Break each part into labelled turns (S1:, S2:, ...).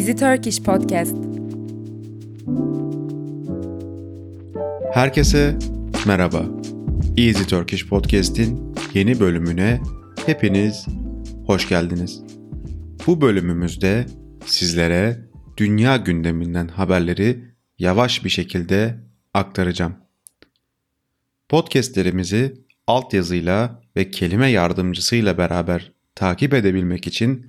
S1: Easy Turkish Podcast.
S2: Herkese merhaba. Easy Turkish Podcast'in yeni bölümüne hepiniz hoş geldiniz. Bu bölümümüzde sizlere dünya gündeminden haberleri yavaş bir şekilde aktaracağım. Podcast'lerimizi altyazıyla ve kelime yardımcısıyla beraber takip edebilmek için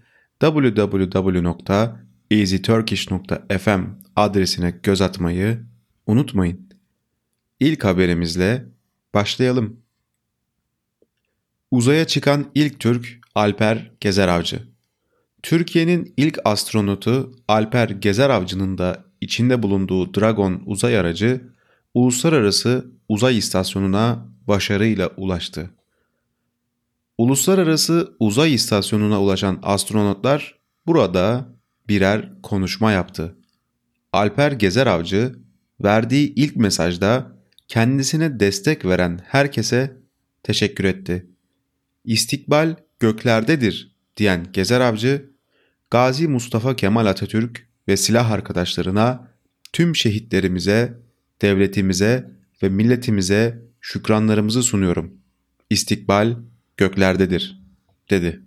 S2: www.easyturkish.fm adresine göz atmayı unutmayın. İlk haberimizle başlayalım. Uzaya çıkan ilk Türk Alper Gezeravcı. Türkiye'nin ilk astronotu Alper Gezeravcı'nın da içinde bulunduğu Dragon uzay aracı Uluslararası Uzay İstasyonu'na başarıyla ulaştı. Uluslararası Uzay İstasyonu'na ulaşan astronotlar burada birer konuşma yaptı. Alper Gezeravcı verdiği ilk mesajda kendisine destek veren herkese teşekkür etti. İstikbal göklerdedir diyen Gezeravcı, Gazi Mustafa Kemal Atatürk ve silah arkadaşlarına, tüm şehitlerimize, devletimize ve milletimize şükranlarımızı sunuyorum. İstikbal göklerdedir, dedi.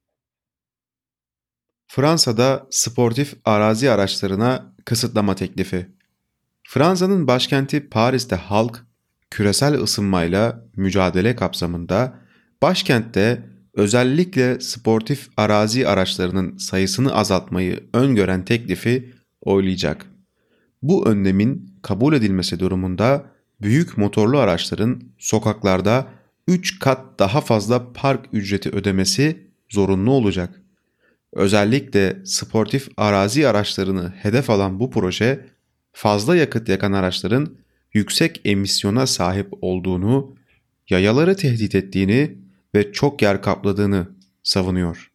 S2: Fransa'da sportif arazi araçlarına kısıtlama teklifi. Fransa'nın başkenti Paris'te halk, küresel ısınmayla mücadele kapsamında başkentte özellikle sportif arazi araçlarının sayısını azaltmayı öngören teklifi oylayacak. Bu önlemin kabul edilmesi durumunda büyük motorlu araçların sokaklarda 3 kat daha fazla park ücreti ödemesi zorunlu olacak. Özellikle sportif arazi araçlarını hedef alan bu proje, fazla yakıt yakan araçların yüksek emisyona sahip olduğunu, yayaları tehdit ettiğini ve çok yer kapladığını savunuyor.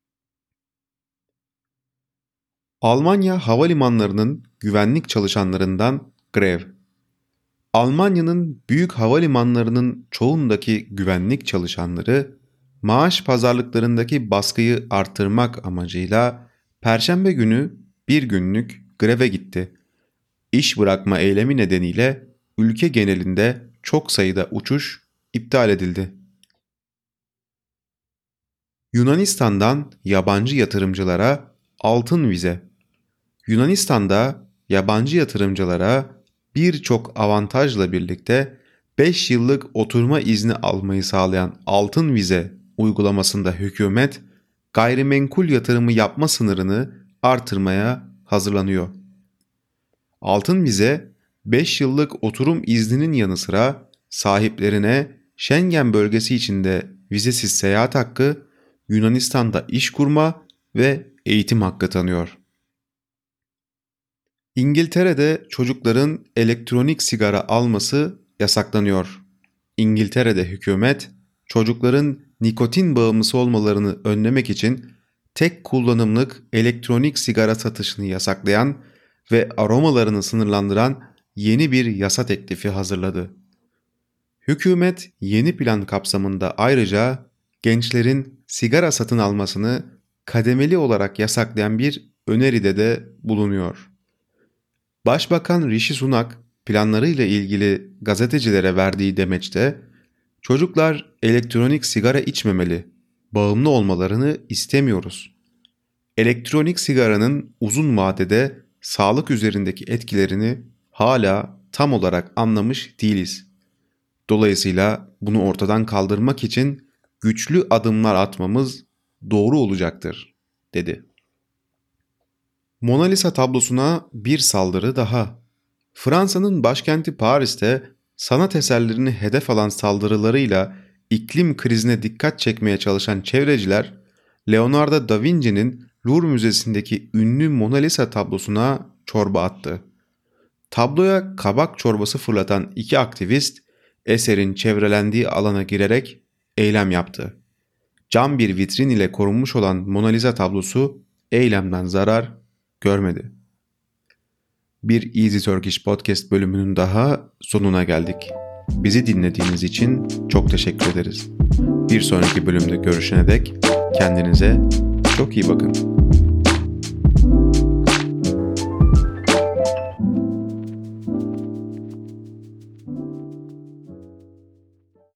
S2: Almanya havalimanlarının güvenlik çalışanlarından grev. Almanya'nın büyük havalimanlarının çoğundaki güvenlik çalışanları, maaş pazarlıklarındaki baskıyı artırmak amacıyla Perşembe günü bir günlük greve gitti. İş bırakma eylemi nedeniyle ülke genelinde çok sayıda uçuş iptal edildi. Yunanistan'dan yabancı yatırımcılara altın vize. Yunanistan'da yabancı yatırımcılara birçok avantajla birlikte 5 yıllık oturma izni almayı sağlayan altın vize uygulamasında hükümet, gayrimenkul yatırımı yapma sınırını artırmaya hazırlanıyor. Altın vize, 5 yıllık oturum izninin yanı sıra sahiplerine Schengen bölgesi içinde vizesiz seyahat hakkı, Yunanistan'da iş kurma ve eğitim hakkı tanıyor. İngiltere'de çocukların elektronik sigara alması yasaklanıyor. İngiltere'de hükümet, çocukların nikotin bağımlısı olmalarını önlemek için tek kullanımlık elektronik sigara satışını yasaklayan ve aromalarını sınırlandıran yeni bir yasa teklifi hazırladı. Hükümet yeni plan kapsamında ayrıca gençlerin sigara satın almasını kademeli olarak yasaklayan bir öneride de bulunuyor. Başbakan Rishi Sunak planlarıyla ilgili gazetecilere verdiği demeçte, çocuklar elektronik sigara içmemeli, bağımlı olmalarını istemiyoruz. Elektronik sigaranın uzun vadede sağlık üzerindeki etkilerini hala tam olarak anlamış değiliz. Dolayısıyla bunu ortadan kaldırmak için güçlü adımlar atmamız doğru olacaktır, dedi. Mona Lisa tablosuna bir saldırı daha. Fransa'nın başkenti Paris'te sanat eserlerini hedef alan saldırılarıyla iklim krizine dikkat çekmeye çalışan çevreciler, Leonardo da Vinci'nin Louvre Müzesi'ndeki ünlü Mona Lisa tablosuna çorba attı. Tabloya kabak çorbası fırlatan iki aktivist, eserin çevrelendiği alana girerek eylem yaptı. Cam bir vitrin ile korunmuş olan Mona Lisa tablosu eylemden zarar görmedi. Bir Easy Turkish Podcast bölümünün daha sonuna geldik. Bizi dinlediğiniz için çok teşekkür ederiz. Bir sonraki bölümde görüşene dek kendinize çok iyi bakın.